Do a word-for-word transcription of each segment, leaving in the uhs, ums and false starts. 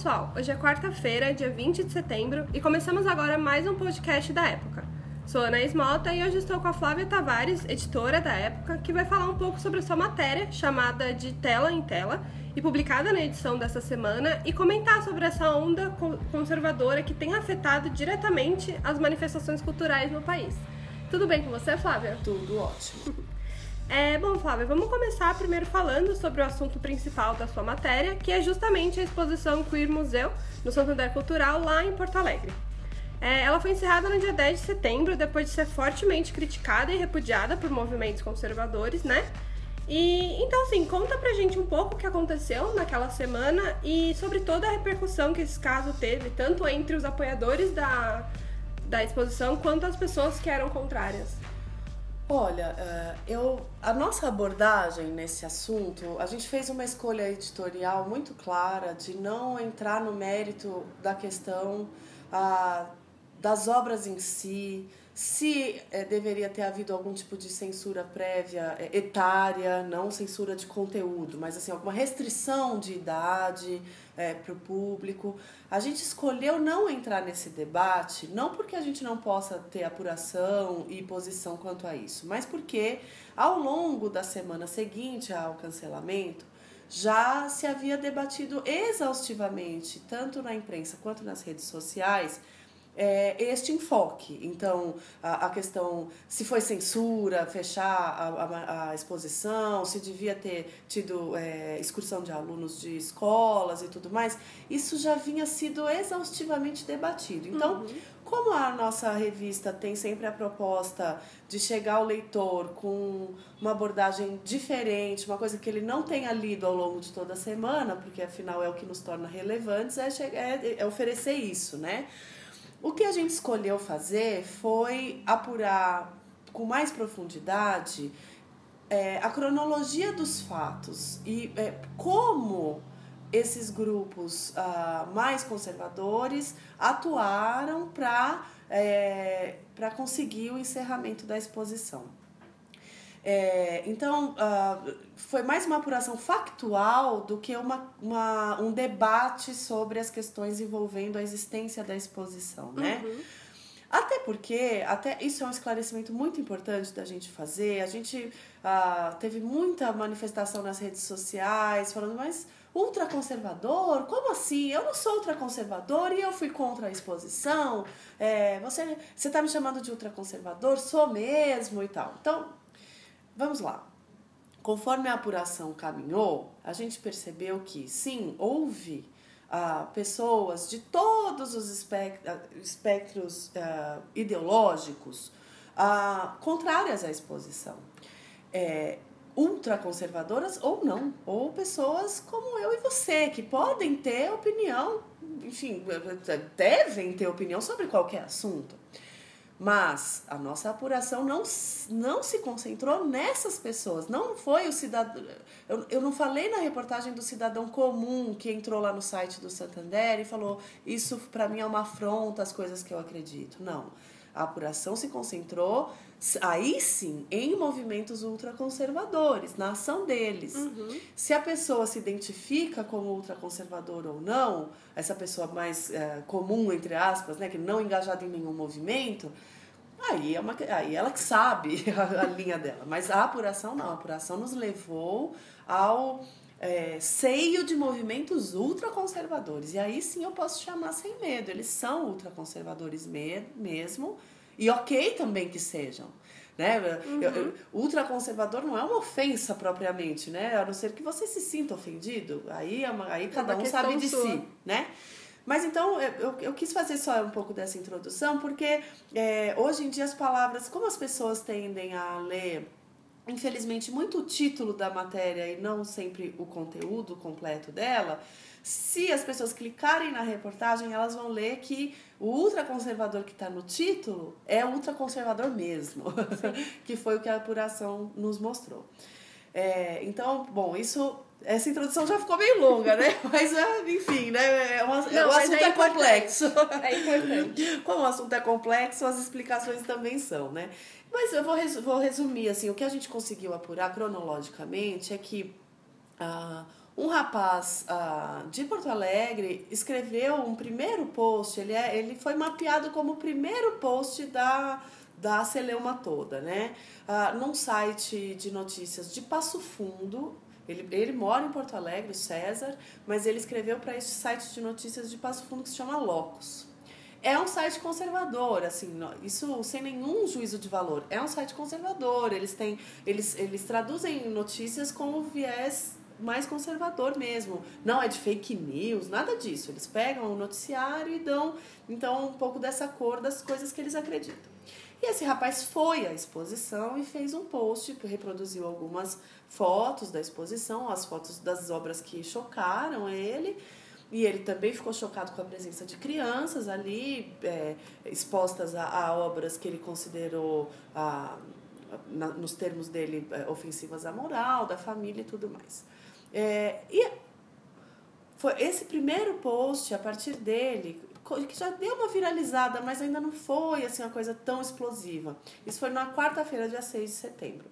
pessoal, hoje é quarta-feira, dia vinte de setembro, e começamos agora mais um podcast da Época. Sou Ana Mota e hoje estou com a Flávia Tavares, editora da Época, que vai falar um pouco sobre a sua matéria, chamada de Tela em Tela, e publicada na edição dessa semana, e comentar sobre essa onda conservadora que tem afetado diretamente as manifestações culturais no país. Tudo bem com você, Flávia? Tudo ótimo. É, bom, Flávia, vamos começar primeiro falando sobre o assunto principal da sua matéria, que é justamente a exposição Queer Museu, no Santander Cultural, lá em Porto Alegre. É, ela foi encerrada no dia dez de setembro, depois de ser fortemente criticada e repudiada por movimentos conservadores, né? E, então, assim, conta pra gente um pouco o que aconteceu naquela semana e sobre toda a repercussão que esse caso teve, tanto entre os apoiadores da, da exposição, quanto as pessoas que eram contrárias. Olha, eu, a nossa abordagem nesse assunto, a gente fez uma escolha editorial muito clara de não entrar no mérito da questão ah, das obras em si, se eh, deveria ter havido algum tipo de censura prévia eh, etária, não censura de conteúdo, mas assim, alguma restrição de idade eh, para o público. A gente escolheu não entrar nesse debate, não porque a gente não possa ter apuração e posição quanto a isso, mas porque ao longo da semana seguinte ao cancelamento, já se havia debatido exaustivamente, tanto na imprensa quanto nas redes sociais, É, este enfoque. Então, a, a questão se foi censura, fechar a, a, a exposição, se devia ter tido é, excursão de alunos de escolas e tudo mais, isso já vinha sido exaustivamente debatido. Então, uhum. como a nossa revista tem sempre a proposta de chegar ao leitor com uma abordagem diferente, uma coisa que ele não tenha lido ao longo de toda a semana, porque afinal é o que nos torna relevantes, é, é, é oferecer isso, né? O que a gente escolheu fazer foi apurar com mais profundidade é, a cronologia dos fatos e é, como esses grupos ah, mais conservadores atuaram para é, para conseguir o encerramento da exposição. É, então, uh, foi mais uma apuração factual do que uma, uma, um debate sobre as questões envolvendo a existência da exposição, né? Uhum. Até porque, até isso é um esclarecimento muito importante da gente fazer, a gente uh, teve muita manifestação nas redes sociais falando, mas ultraconservador? Como assim? Eu não sou ultraconservador e eu fui contra a exposição, é, você você está me chamando de ultraconservador? Sou mesmo e tal. Então, vamos lá. Conforme a apuração caminhou, a gente percebeu que, sim, houve ah, pessoas de todos os espectros ah, ideológicos ah, contrárias à exposição. É, ultraconservadoras ou não, ou pessoas como eu e você, que podem ter opinião, enfim, devem ter opinião sobre qualquer assunto. Mas a nossa apuração não, não se concentrou nessas pessoas. Não foi o cidadão... Eu, eu não falei na reportagem do cidadão comum que entrou lá no site do Santander e falou isso para mim é uma afronta às coisas que eu acredito. Não. A apuração se concentrou, aí sim, em movimentos ultraconservadores, na ação deles. Uhum. Se a pessoa se identifica como ultraconservadora ou não, essa pessoa mais é, comum, entre aspas, né, que não é engajada em nenhum movimento, aí, é uma, aí ela que sabe a, a linha dela. Mas a apuração não, a apuração nos levou ao é, seio de movimentos ultraconservadores. E aí sim eu posso chamar sem medo, eles são ultraconservadores me, mesmo, e ok também que sejam. Né? Uhum. Eu, eu, ultraconservador não é uma ofensa propriamente, né? A não ser que você se sinta ofendido, aí, é uma, aí cada um sabe de sua. si, né? Mas então eu, eu quis fazer só um pouco dessa introdução, porque é, hoje em dia as palavras, como as pessoas tendem a ler, infelizmente, muito o título da matéria e não sempre o conteúdo completo dela, se as pessoas clicarem na reportagem, elas vão ler que o ultraconservador que está no título é ultraconservador mesmo, que foi o que a apuração nos mostrou. É, então, bom, isso... Essa introdução já ficou meio longa, né? Mas, enfim, né? É uma, Não, o assunto é, é complexo. É importante. Como o assunto é complexo, as explicações também são, né? Mas eu vou, vou resumir, assim, o que a gente conseguiu apurar cronologicamente é que Ah, um rapaz ah, de Porto Alegre escreveu um primeiro post, ele, é, ele foi mapeado como o primeiro post da, da celeuma toda, né? Ah, num site de notícias de Passo Fundo. Ele, ele mora em Porto Alegre, o César, mas ele escreveu para este site de notícias de Passo Fundo que se chama Locus. É um site conservador, assim, isso sem nenhum juízo de valor. É um site conservador, eles têm, eles, eles traduzem notícias com o viés mais conservador mesmo. Não é de fake news, nada disso. Eles pegam o noticiário e dão, então, um pouco dessa cor das coisas que eles acreditam. E esse rapaz foi à exposição e fez um post, reproduziu algumas fotos da exposição, as fotos das obras que chocaram ele. E ele também ficou chocado com a presença de crianças ali, é, expostas a, a obras que ele considerou, a, na, nos termos dele, é, ofensivas à moral, da família e tudo mais. É, e foi esse primeiro post, a partir dele, que já deu uma viralizada, mas ainda não foi assim, uma coisa tão explosiva. Isso foi na quarta-feira, dia seis de setembro.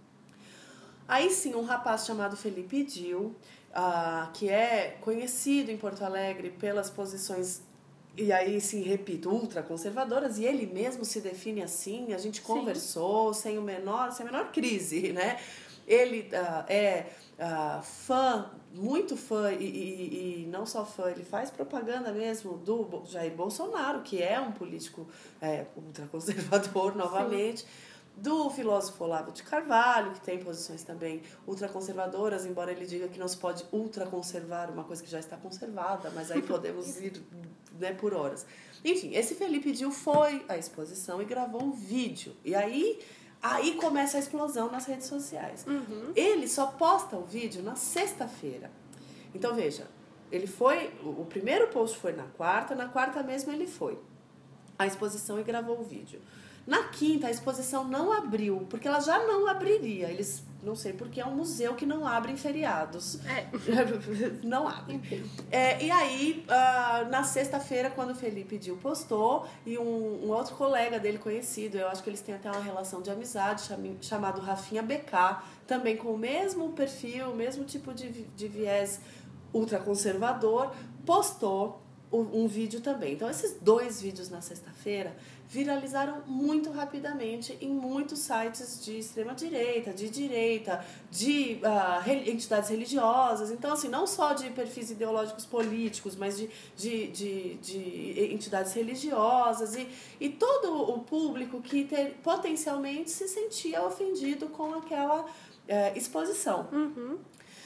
Aí sim, um rapaz chamado Felipe Dil, uh, que é conhecido em Porto Alegre pelas posições, e aí sim, repito, ultraconservadoras, e ele mesmo se define assim, a gente conversou sem, o menor, sem a menor crise, né? Ele uh, é uh, fã, muito fã, e, e, e não só fã, ele faz propaganda mesmo do Jair Bolsonaro, que é um político é, ultraconservador, novamente. Sim. Do filósofo Olavo de Carvalho, que tem posições também ultraconservadoras, embora ele diga que não se pode ultraconservar uma coisa que já está conservada, mas aí podemos ir, né, por horas. Enfim, esse Felipe Dil foi à exposição e gravou um vídeo. E aí, aí começa a explosão nas redes sociais. Uhum. Ele só posta o vídeo na sexta-feira. Então, veja, ele foi... O primeiro post foi na quarta, na quarta mesmo ele foi à exposição e gravou o vídeo. Na quinta, a exposição não abriu, porque ela já não abriria. Eles, não sei, porque é um museu que não abre em feriados. É. Não abre. É, e aí, uh, na sexta-feira, quando o Felipe Dil postou, e um, um outro colega dele conhecido, eu acho que eles têm até uma relação de amizade, cham, chamado Rafinha B K, também com o mesmo perfil, o mesmo tipo de, de viés ultraconservador, postou um vídeo também. Então, esses dois vídeos na sexta-feira viralizaram muito rapidamente em muitos sites de extrema-direita, de direita, de uh, entidades religiosas. Então, assim, não só de perfis ideológicos políticos, mas de, de, de, de entidades religiosas e, e todo o público que ter, potencialmente se sentia ofendido com aquela uh, exposição. Uhum.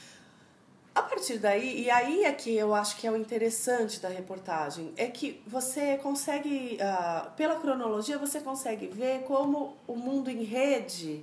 A partir daí, e aí é que eu acho que é o interessante da reportagem, é que você consegue, uh, pela cronologia, você consegue ver como o mundo em rede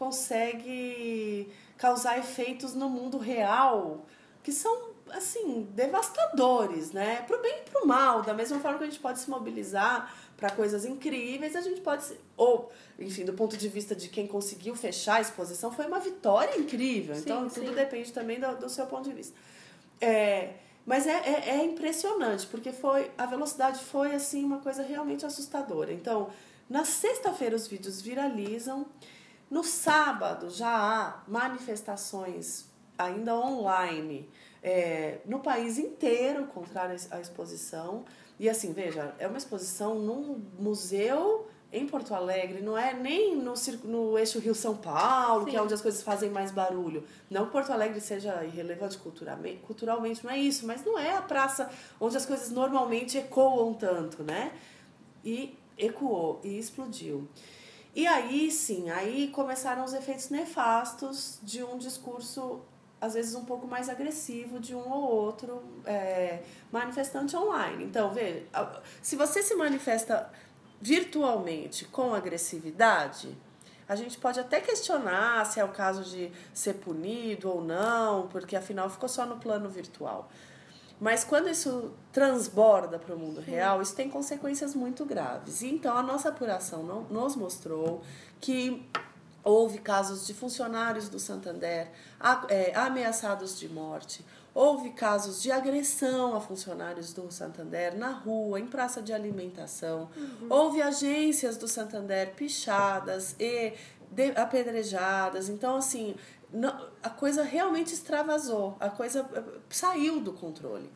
consegue causar efeitos no mundo real que são, assim, devastadores, né? Pro bem e pro mal, da mesma forma que a gente pode se mobilizar para coisas incríveis, a gente pode... Ou, enfim, do ponto de vista de quem conseguiu fechar a exposição, foi uma vitória incrível. Sim, então, tudo sim. depende também do, do seu ponto de vista. É, mas é, é, é impressionante, porque foi, a velocidade foi, assim, uma coisa realmente assustadora. Então, na sexta-feira os vídeos viralizam. No sábado já há manifestações ainda online é, no país inteiro contra a exposição. E assim, veja, é uma exposição num museu em Porto Alegre, não é nem no, no eixo Rio-São Paulo, Sim. que é onde as coisas fazem mais barulho. Não que Porto Alegre seja irrelevante culturalmente, culturalmente, não é isso, mas não é a praça onde as coisas normalmente ecoam tanto, né? E ecoou, e explodiu. E aí, sim, aí começaram os efeitos nefastos de um discurso, às vezes um pouco mais agressivo de um ou outro é, manifestante online. Então, veja, se você se manifesta virtualmente com agressividade, a gente pode até questionar se é o caso de ser punido ou não, porque afinal ficou só no plano virtual. Mas quando isso transborda para o mundo real, isso tem consequências muito graves. E então a nossa apuração não, nos mostrou que houve casos de funcionários do Santander é, ameaçados de morte, houve casos de agressão a funcionários do Santander na rua, em praça de alimentação, uhum. houve agências do Santander pichadas e de, apedrejadas. Então, assim, não, a coisa realmente extravasou, a coisa saiu do controle.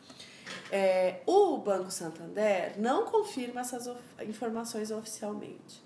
É, o Banco Santander não confirma essas of, informações oficialmente.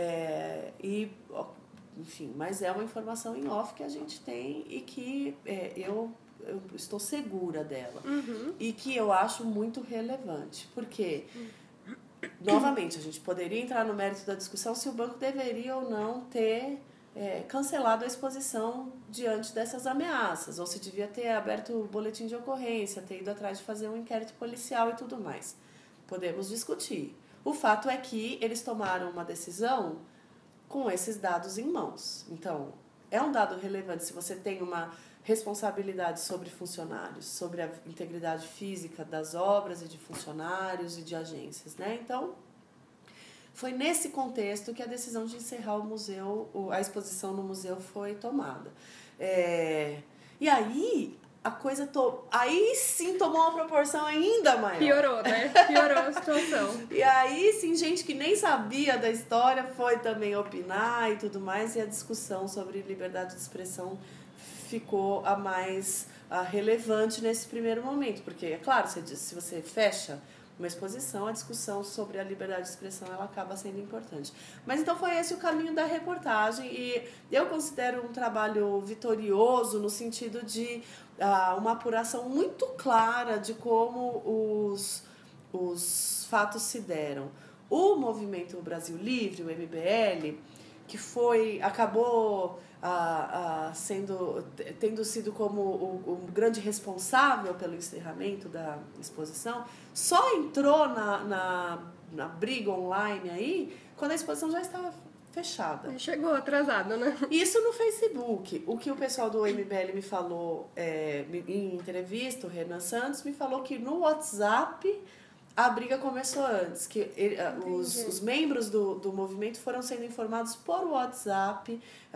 É, e, enfim, mas é uma informação em off que a gente tem e que é, eu, eu estou segura dela. Uhum. E que eu acho muito relevante. Porque, novamente, a gente poderia entrar no mérito da discussão se o banco deveria ou não ter é, cancelado a exposição diante dessas ameaças, ou se devia ter aberto o boletim de ocorrência, ter ido atrás de fazer um inquérito policial e tudo mais. Podemos discutir. O fato é que eles tomaram uma decisão com esses dados em mãos. Então, é um dado relevante se você tem uma responsabilidade sobre funcionários, sobre a integridade física das obras e de funcionários e de agências, né? Então, foi nesse contexto que a decisão de encerrar o museu, a exposição no museu foi tomada. É, e aí, a coisa to... aí sim tomou uma proporção ainda maior. Piorou, né? Piorou a situação. E aí sim, gente que nem sabia da história foi também opinar e tudo mais, e a discussão sobre liberdade de expressão ficou a mais a relevante nesse primeiro momento. Porque, é claro, você diz, se você fecha uma exposição, a discussão sobre a liberdade de expressão ela acaba sendo importante. Mas então foi esse o caminho da reportagem e eu considero um trabalho vitorioso no sentido de uh, uma apuração muito clara de como os, os fatos se deram. O Movimento Brasil Livre, o M B L, que foi, acabou ah, ah, sendo, tendo sido como o, o grande responsável pelo encerramento da exposição, só entrou na, na, na briga online aí quando a exposição já estava fechada. Chegou atrasado, né? Isso no Facebook. O que o pessoal do M B L me falou é, em entrevista, o Renan Santos, me falou que no WhatsApp a briga começou antes, que ele, os, os membros do, do movimento foram sendo informados por WhatsApp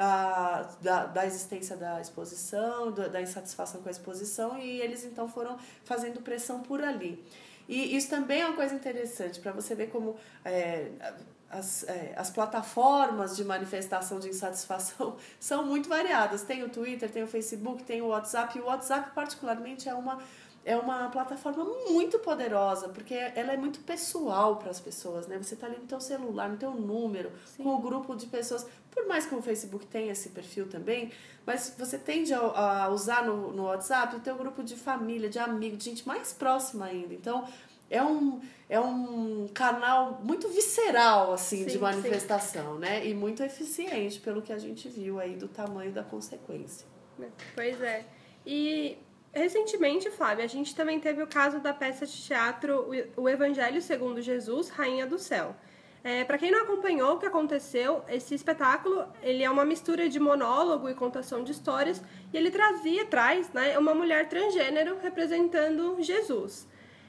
ah, da, da existência da exposição, da, da insatisfação com a exposição, e eles então foram fazendo pressão por ali. E isso também é uma coisa interessante, para você ver como é, as, é, as plataformas de manifestação de insatisfação são muito variadas. Tem o Twitter, tem o Facebook, tem o WhatsApp, e o WhatsApp particularmente é uma... É uma plataforma muito poderosa, porque ela é muito pessoal para as pessoas, né? Você está ali no teu celular, no teu número, Sim. com o grupo de pessoas. Por mais que o Facebook tenha esse perfil também, mas você tende a, a usar no, no WhatsApp o teu grupo de família, de amigos, de gente mais próxima ainda. Então, é um, é um canal muito visceral, assim, sim, de manifestação, sim. né? E muito eficiente, pelo que a gente viu aí do tamanho da consequência. Pois é. E... recentemente, Flávia, a gente também teve o caso da peça de teatro O Evangelho segundo Jesus, Rainha do Céu. É, para quem não acompanhou o que aconteceu, esse espetáculo ele é uma mistura de monólogo e contação de histórias, e ele trazia, traz, né, uma mulher transgênero representando Jesus.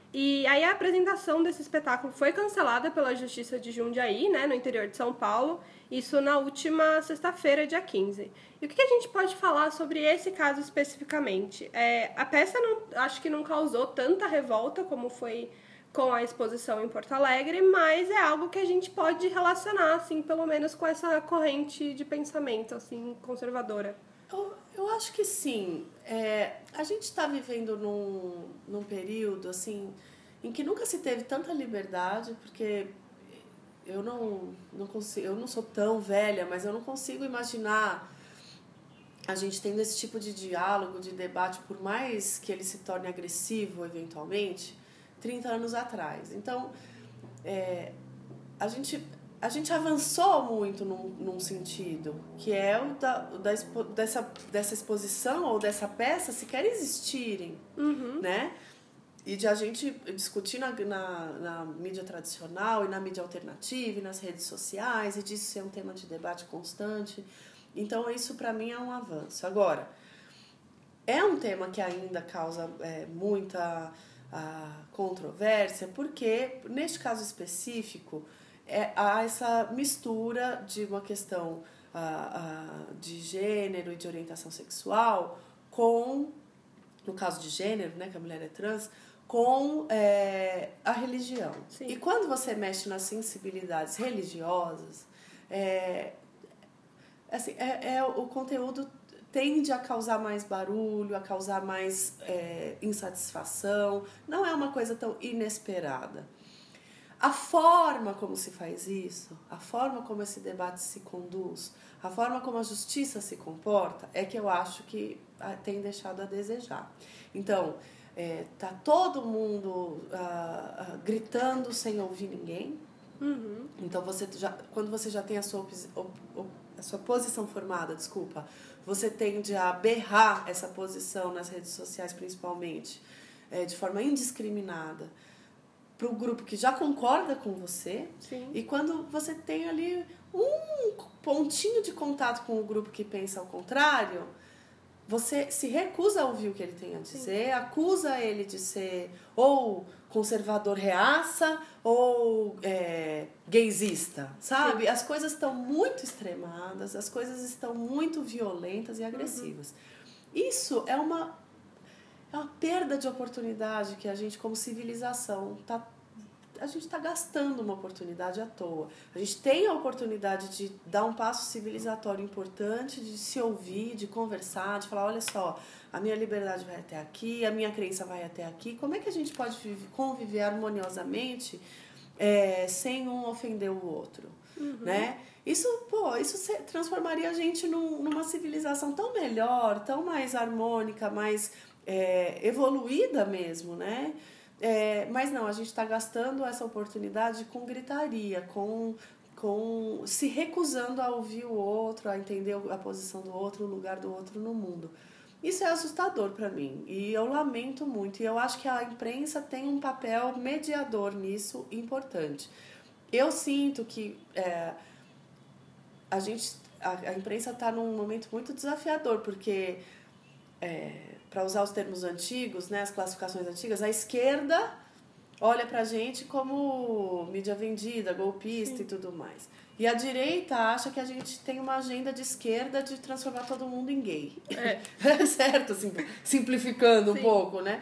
E aí a apresentação desse espetáculo foi cancelada pela Justiça de Jundiaí, né, no interior de São Paulo, isso na última sexta-feira, dia quinze. E o que a gente pode falar sobre esse caso especificamente? É, a peça não, acho que não causou tanta revolta como foi com a exposição em Porto Alegre, mas é algo que a gente pode relacionar, assim, pelo menos com essa corrente de pensamento assim, conservadora. Eu, eu acho que sim. É, a gente está vivendo num, num período assim, em que nunca se teve tanta liberdade, porque eu não, não consigo, eu não sou tão velha, mas eu não consigo imaginar a gente tendo esse tipo de diálogo, de debate, por mais que ele se torne agressivo eventualmente, trinta anos atrás. Então, é, a gente... A gente avançou muito num, num sentido, que é o da, da expo, dessa, dessa exposição ou dessa peça sequer existirem, uhum. né? E de a gente discutir na, na, na mídia tradicional e na mídia alternativa e nas redes sociais, e disso ser um tema de debate constante. Então, isso para mim é um avanço. Agora, é um tema que ainda causa é, muita a, controvérsia, porque, neste caso específico, É, há essa mistura de uma questão ah, ah, de gênero e de orientação sexual com, no caso de gênero, né, que a mulher é trans, com é, a religião. Sim. E quando você mexe nas sensibilidades religiosas, é, assim, é, é, o conteúdo tende a causar mais barulho, a causar mais é, insatisfação, não é uma coisa tão inesperada. A forma como se faz isso, a forma como esse debate se conduz, a forma como a justiça se comporta, é que eu acho que tem deixado a desejar. Então, é, tá todo mundo ah, ah, gritando sem ouvir ninguém. Uhum. Então, você já, quando você já tem a sua, a sua posição formada, desculpa, você tende a berrar essa posição nas redes sociais, principalmente, é, de forma indiscriminada, para o grupo que já concorda com você. Sim. E quando você tem ali um pontinho de contato com o grupo que pensa ao contrário, você se recusa a ouvir o que ele tem a dizer, Sim. acusa ele de ser ou conservador reaça ou é, gaysista, sabe? Sim. As coisas estão muito extremadas, as coisas estão muito violentas e agressivas. Uhum. Isso é uma, é uma perda de oportunidade que a gente, como civilização, tá a gente está gastando uma oportunidade à toa. A gente tem a oportunidade de dar um passo civilizatório importante, de se ouvir, de conversar, de falar, olha só, a minha liberdade vai até aqui, a minha crença vai até aqui. Como é que a gente pode conviver harmoniosamente é, sem um ofender o outro? Uhum. Né? Isso, pô, isso transformaria a gente num, numa civilização tão melhor, tão mais harmônica, mais é, evoluída mesmo, né? É, mas não, a gente está gastando essa oportunidade com gritaria, com, com se recusando a ouvir o outro, a entender a posição do outro, o lugar do outro no mundo. Isso é assustador para mim e eu lamento muito. E eu acho que a imprensa tem um papel mediador nisso importante. Eu sinto que é, a, gente, a, a imprensa está num momento muito desafiador, porque... É, para usar os termos antigos, né, as classificações antigas, a esquerda olha pra gente como mídia vendida, golpista Sim. e tudo mais. E a direita acha que a gente tem uma agenda de esquerda de transformar todo mundo em gay. É, certo? Assim, simplificando Sim. um pouco, né?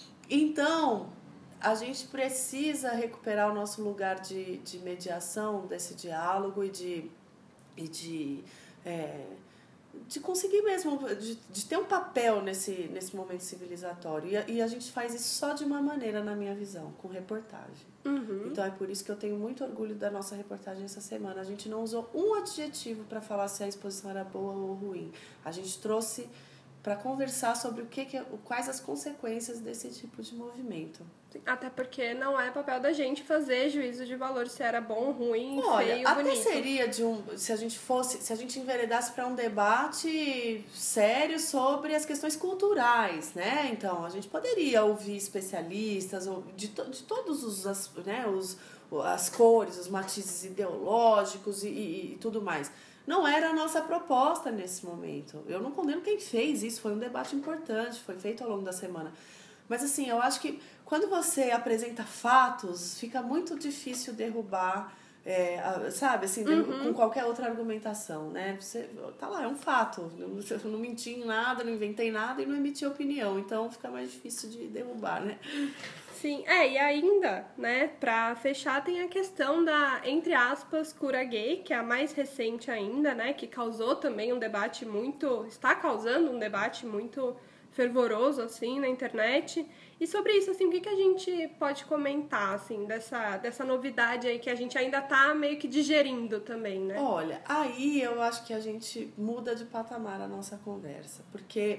Então, a gente precisa recuperar o nosso lugar de, de mediação desse diálogo e de... E de é, de conseguir mesmo, de, de ter um papel nesse, nesse momento civilizatório. E a, e a gente faz isso só de uma maneira, na minha visão, com reportagem. Uhum. Então é por isso que eu tenho muito orgulho da nossa reportagem essa semana. A gente não usou um adjetivo para falar se a exposição era boa ou ruim. A gente trouxe para conversar sobre o que, que quais as consequências desse tipo de movimento. Até porque não é papel da gente fazer juízo de valor se era bom, ruim, Olha, feio, até bonito. Seria de um, se a gente fosse, se a gente enveredasse para um debate sério sobre as questões culturais, né? Então, a gente poderia ouvir especialistas de, to, de todos os, as, né, os as cores, os matizes ideológicos e, e, e tudo mais. Não era a nossa proposta nesse momento. Eu não condeno quem fez isso, foi um debate importante, foi feito ao longo da semana. Mas assim, eu acho que quando você apresenta fatos, fica muito difícil derrubar, é, sabe, assim, uhum. com qualquer outra argumentação, né? Você, tá lá, é um fato. Eu não menti em nada, não inventei nada e não emiti opinião. Então fica mais difícil de derrubar, né? Sim, é, e ainda, né, pra fechar, tem a questão da, entre aspas, cura gay, que é a mais recente ainda, né, que causou também um debate muito, está causando um debate muito fervoroso, assim, na internet. E sobre isso, assim, o que, que a gente pode comentar, assim, dessa, dessa novidade aí que a gente ainda tá meio que digerindo também, né? Olha, aí eu acho que a gente muda de patamar a nossa conversa, porque...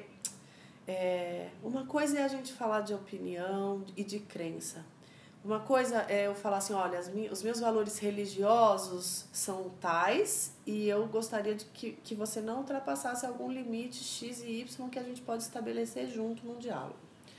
É, uma coisa é a gente falar de opinião e de crença. Uma coisa é eu falar assim, olha, as mi- os meus valores religiosos são tais e eu gostaria de que, que você não ultrapassasse algum limite X e Y que a gente pode estabelecer junto num diálogo.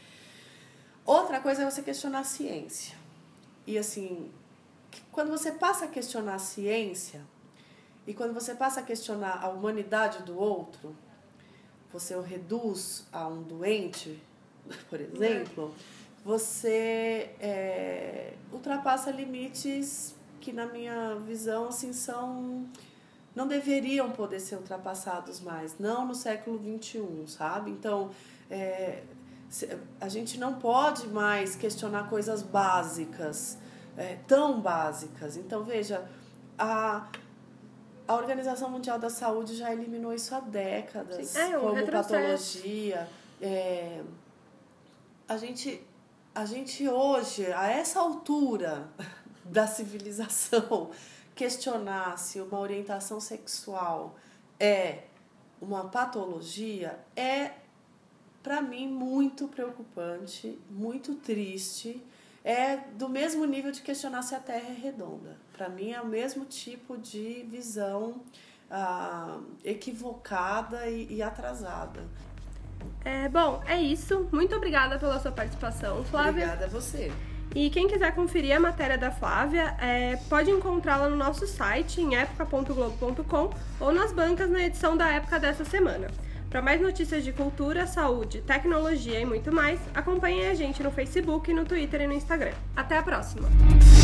Outra coisa é você questionar a ciência. E assim, quando você passa a questionar a ciência e quando você passa a questionar a humanidade do outro, você o reduz a um doente, por exemplo, você é, ultrapassa limites que, na minha visão, assim, são, não deveriam poder ser ultrapassados mais, não no século vinte e um, sabe? Então, é, a gente não pode mais questionar coisas básicas, é, tão básicas. Então, veja, a... a Organização Mundial da Saúde já eliminou isso há décadas, é, um como retrocesso. patologia. É, a, gente, a gente hoje, a essa altura da civilização, questionar se uma orientação sexual é uma patologia é, para mim, muito preocupante, muito triste. É do mesmo nível de questionar se a Terra é redonda. Para mim é o mesmo tipo de visão ah, equivocada e, e atrasada. É, bom, é isso. Muito obrigada pela sua participação, Flávia. Obrigada a você. E quem quiser conferir a matéria da Flávia, é, pode encontrá-la no nosso site, em época ponto globo ponto com, ou nas bancas na edição da Época dessa semana. Para mais notícias de cultura, saúde, tecnologia e muito mais, acompanhem a gente no Facebook, no Twitter e no Instagram. Até a próxima!